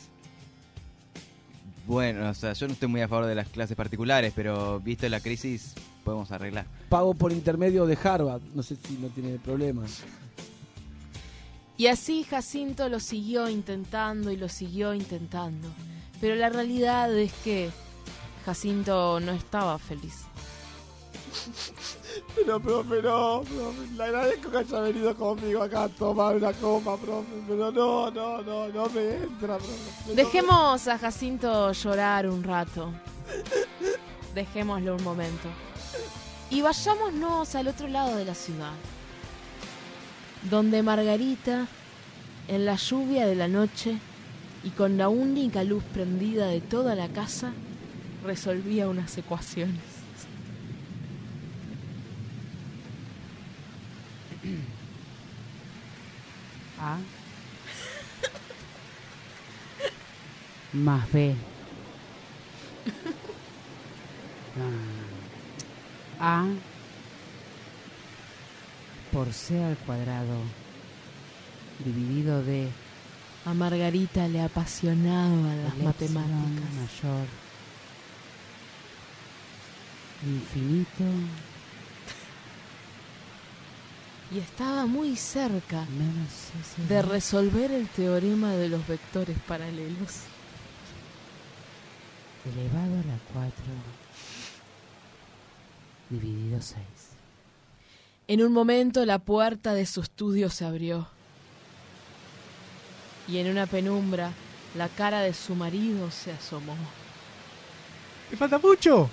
Bueno, o sea, yo no estoy muy a favor de las clases particulares, pero visto la crisis, podemos arreglar. Pago por intermedio de Harvard, no sé si no tiene problemas. Y así Jacinto lo siguió intentando y lo siguió intentando. Pero la realidad es que Jacinto no estaba feliz. Pero, profe, le agradezco que haya venido conmigo acá a tomar una copa, profe, pero no me entra, profe. Dejemos a Jacinto llorar un rato. Dejémoslo un momento. Y vayámonos al otro lado de la ciudad, donde Margarita, en la lluvia de la noche y con la única luz prendida de toda la casa, resolvía unas ecuaciones. A más B. A por C al cuadrado dividido de A Margarita le apasionaban las matemáticas. Mayor infinito Y estaba muy cerca menos S de resolver el teorema de los vectores paralelos. elevado a la 4 dividido 6. En un momento la puerta de su estudio se abrió. Y en una penumbra la cara de su marido se asomó. ¿Te falta mucho?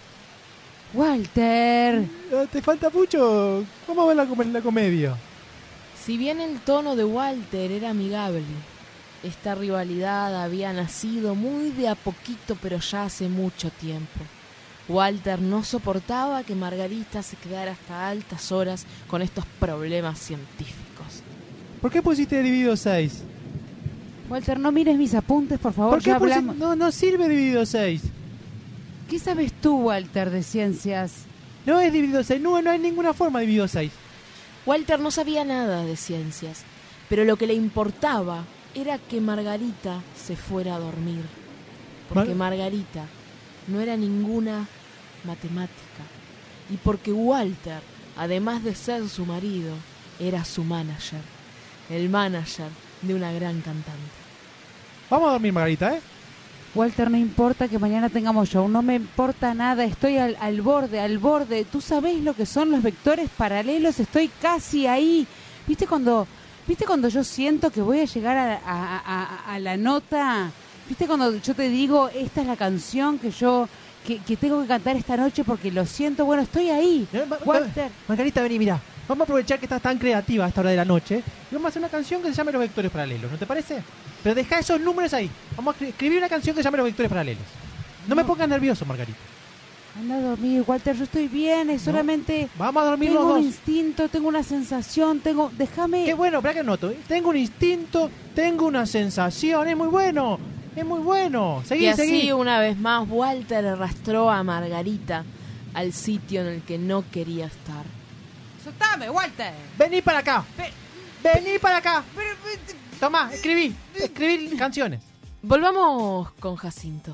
Walter, ¿Te falta mucho? ¿Cómo va la comedia? Si bien el tono de Walter era amigable, esta rivalidad había nacido muy de a poquito, pero ya hace mucho tiempo. Walter no soportaba que Margarita se quedara hasta altas horas con estos problemas científicos. ¿Por qué pusiste dividido 6? Walter, no mires mis apuntes, por favor. ¿Por qué Ya hablamos. no sirve dividido 6? ¿Qué sabes tú, Walter, de ciencias? No es dividido 6, no hay ninguna forma de dividido 6. Walter no sabía nada de ciencias, pero lo que le importaba era que Margarita se fuera a dormir. Porque Margarita no era ninguna matemática. Y porque Walter, además de ser su marido, era su manager. El manager de una gran cantante. Vamos a dormir, Margarita, ¿eh? Walter, no importa que mañana tengamos show, no me importa nada, estoy al borde. ¿Tú sabés lo que son los vectores paralelos? Estoy casi ahí. ¿Viste cuando yo siento que voy a llegar a la nota? ¿Viste cuando yo te digo, esta es la canción que tengo que cantar esta noche porque lo siento? Bueno, estoy ahí, Walter. Margarita, vení, mirá. Vamos a aprovechar que estás tan creativa a esta hora de la noche y vamos a hacer una canción que se llame Los Vectores Paralelos, ¿no te parece? Pero deja esos números ahí. Vamos a escribir una canción que se llame Los Vectores Paralelos. No me pongas nervioso, Margarita. Anda a dormir, Walter, yo estoy bien, es solamente... Vamos a dormir los Tengo dos. un instinto, tengo una sensación, déjame... Qué bueno, espera que noto. Tengo un instinto, tengo una sensación, es muy bueno. Es muy bueno. Seguí, Y así, seguí. una vez más, Walter arrastró a Margarita al sitio en el que no quería estar. ¡Soltame, Walter! Vení para acá. Vení para acá. Tomá, escribí canciones. Volvamos con Jacinto.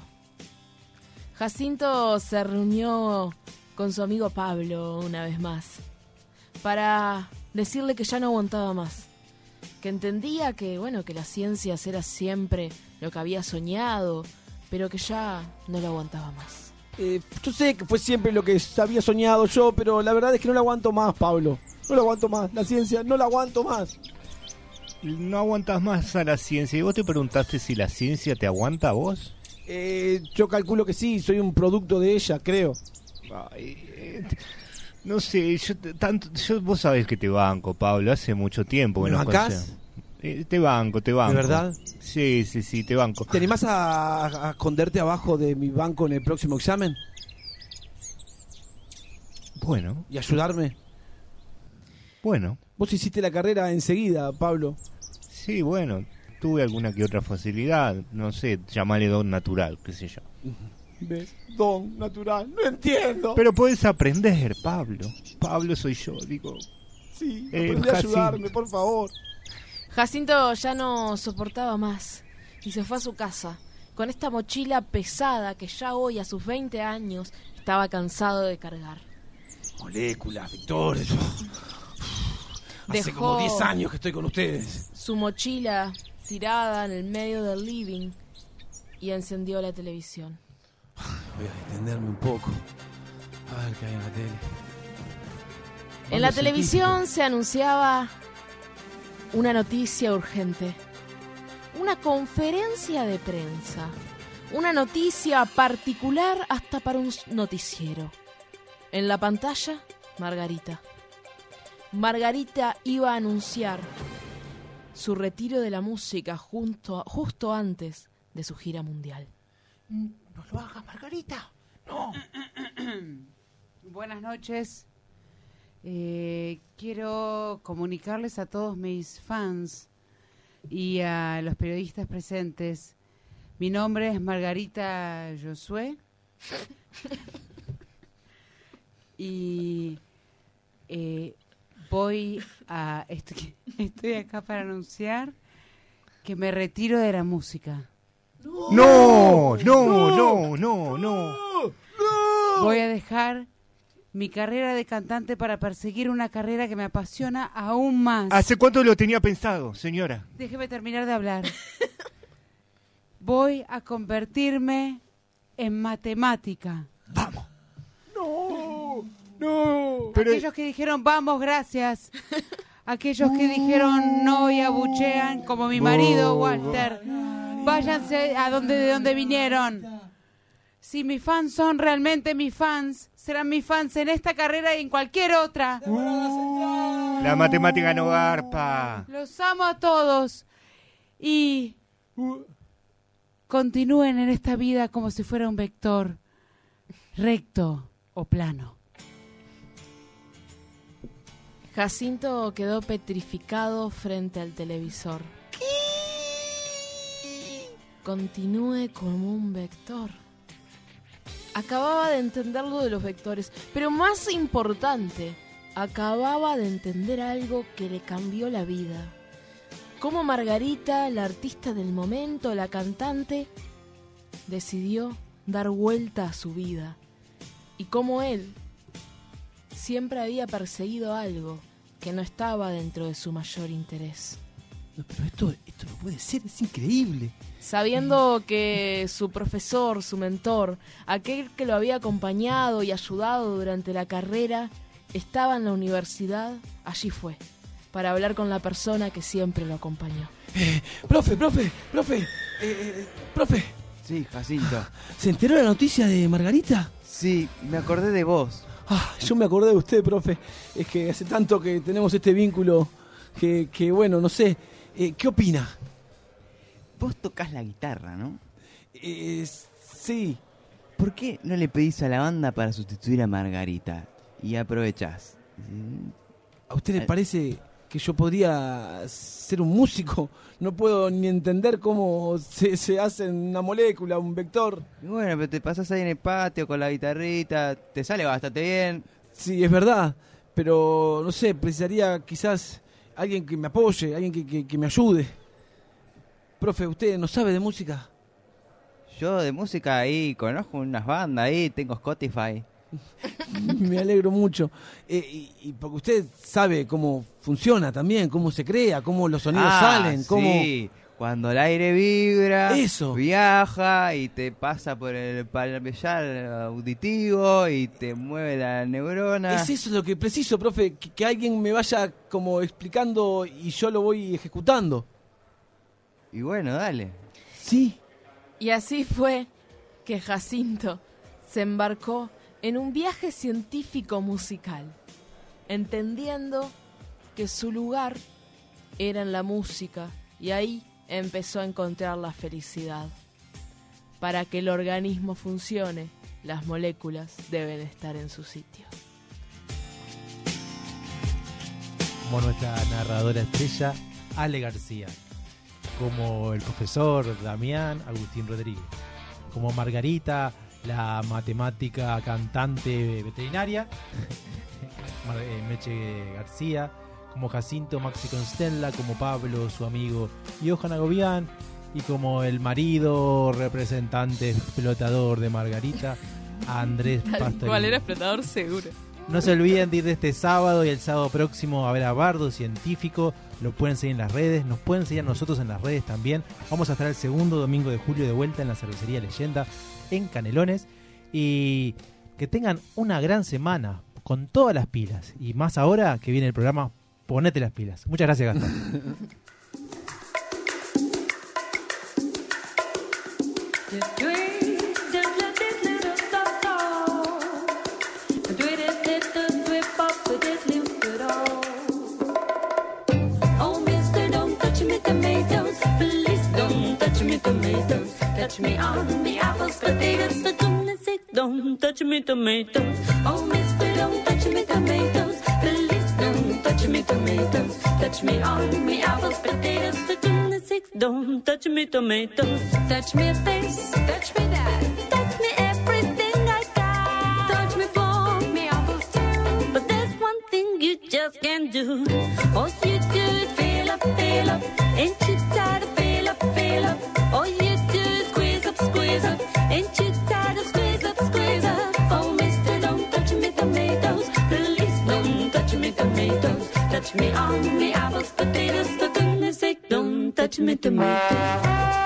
Jacinto se reunió con su amigo Pablo una vez más para decirle que ya no aguantaba más, que entendía que, bueno, que las ciencias era siempre lo que había soñado, pero que ya no lo aguantaba más. Yo sé que fue siempre lo que había soñado yo, pero la verdad es que no lo aguanto más, Pablo. No lo aguanto más. La ciencia no la aguanto más. No aguantas más a la ciencia. ¿Y vos te preguntaste si la ciencia te aguanta a vos? Yo calculo que sí, soy un producto de ella, creo. Ay, no sé, vos sabés que te banco, Pablo. Hace mucho tiempo que ¿Me nos bancás? conocemos. Te banco. ¿De verdad? Sí, te banco. ¿Te animás a esconderte abajo de mi banco en el próximo examen? Bueno. ¿Y ayudarme? Bueno. Vos hiciste la carrera enseguida, Pablo. Sí, bueno. Tuve alguna que otra facilidad. No sé, llamale don natural, qué sé yo. ¿Ves? Don natural. No entiendo. Pero podés aprender, Pablo. Pablo soy yo, digo. Sí, aprendí a ayudarme, por favor. Jacinto ya no soportaba más y se fue a su casa con esta mochila pesada que ya hoy, a sus 20 años, estaba cansado de cargar. Moléculas, vectores. Hace Dejó como 10 años que estoy con ustedes. Su mochila tirada en el medio del living y encendió la televisión. Voy a distenderme un poco. A ver qué hay en la tele. En la televisión se anunciaba una noticia urgente, una conferencia de prensa, una noticia particular hasta para un noticiero. En la pantalla, Margarita. Margarita iba a anunciar su retiro de la música justo antes de su gira mundial. No lo hagas, Margarita. No. Buenas noches. Quiero comunicarles a todos mis fans y a los periodistas presentes. Mi nombre es Margarita Josué y estoy acá para anunciar que me retiro de la música. No. Voy a dejar mi carrera de cantante para perseguir una carrera que me apasiona aún más. ¿Hace cuánto lo tenía pensado, señora? Déjeme terminar de hablar. Voy a convertirme en matemática. ¡Vamos! No. Aquellos que dijeron vamos, gracias. Aquellos que dijeron no y abuchean, como mi marido, Walter. Váyanse de donde vinieron. Si mis fans son realmente mis fans, serán mis fans en esta carrera y en cualquier otra. La matemática no garpa. Los amo a todos. Y continúen en esta vida como si fuera un vector recto o plano. Jacinto quedó petrificado frente al televisor. continúe como un vector. Acababa de entender lo de los vectores, pero más importante, acababa de entender algo que le cambió la vida. Cómo Margarita, la artista del momento, la cantante, decidió dar vuelta a su vida. Y cómo él siempre había perseguido algo que no estaba dentro de su mayor interés. No, pero esto no puede ser, es increíble. Sabiendo que su profesor, su mentor, aquel que lo había acompañado y ayudado durante la carrera, estaba en la universidad, allí fue, para hablar con la persona que siempre lo acompañó. Profe. Sí, Jacinto. ¿Se enteró la noticia de Margarita? Sí, me acordé de vos. Yo me acordé de usted, profe. Es que hace tanto que tenemos este vínculo que bueno, no sé. ¿Qué opina? Vos tocás la guitarra, ¿no? Sí. ¿Por qué no le pedís a la banda para sustituir a Margarita? Y aprovechás. ¿A usted le parece que yo podría ser un músico? No puedo ni entender cómo se hace una molécula, un vector. Y bueno, pero te pasás ahí en el patio con la guitarrita, te sale bastante bien. Sí, es verdad, pero no sé, precisaría quizás alguien que me apoye, alguien que me ayude. Profe, ¿usted no sabe de música? Yo de música ahí conozco unas bandas ahí, tengo Spotify. Me alegro mucho. Y porque usted sabe cómo funciona también, cómo se crea, cómo los sonidos salen, cómo... Sí, cuando el aire vibra, eso viaja y te pasa por el palpebral auditivo y te mueve la neurona. Es eso lo que preciso, profe, que alguien me vaya como explicando y yo lo voy ejecutando. Y bueno, dale. Sí. Y así fue que Jacinto se embarcó en un viaje científico musical, entendiendo que su lugar era en la música, y ahí empezó a encontrar la felicidad. Para que el organismo funcione, las moléculas deben estar en su sitio. Como nuestra narradora estrella, Ale García. Como el profesor Damián Agustín Rodríguez. Como Margarita, la matemática cantante veterinaria, Meche García. Como Jacinto, Maxi Constella. Como Pablo, su amigo Johan Agobián. Y como el marido representante explotador de Margarita, Andrés Pastorino. ¿Cuál era explotador seguro? No se olviden de ir de este sábado y el sábado próximo a ver a Bardo Científico. Lo pueden seguir en las redes, nos pueden seguir a nosotros en las redes también. Vamos a estar el segundo domingo de julio de vuelta en la cervecería Leyenda en Canelones. Y que tengan una gran semana con todas las pilas. Y más ahora que viene el programa Ponete las pilas. Muchas gracias, Gastón. Touch me on me apples, potatoes, for goodness sake, don't touch me tomatoes. Oh, mister, don't touch me tomatoes. Please don't touch me tomatoes. Touch me on me apples, potatoes, for goodness sake, don't touch me tomatoes. Touch me this, touch me that, touch me everything I got. Touch me for me apples too, but there's one thing you just can't do. All you do is fill up, ain't you tired of fill up? All you do is squeeze up, ain't you tired of squeeze up? Oh, mister, don't touch me tomatoes, please don't touch me tomatoes. Touch me on me apples, potatoes, for goodness sake, don't touch me tomatoes.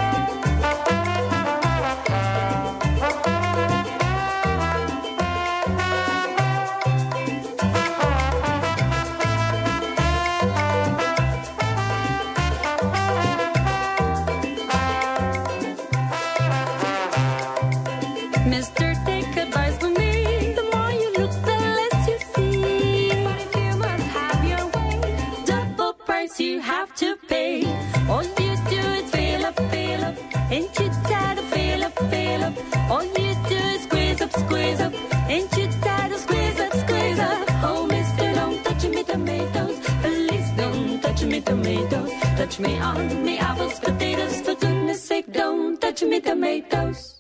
You have to pay. All you do is fill up, ain't you tired of fill up? All you do is squeeze up, ain't you tired of squeeze up? Oh, mister, don't touch me tomatoes, please don't touch me tomatoes. Touch me on me apples, potatoes, for goodness goodness sake, don't touch me tomatoes.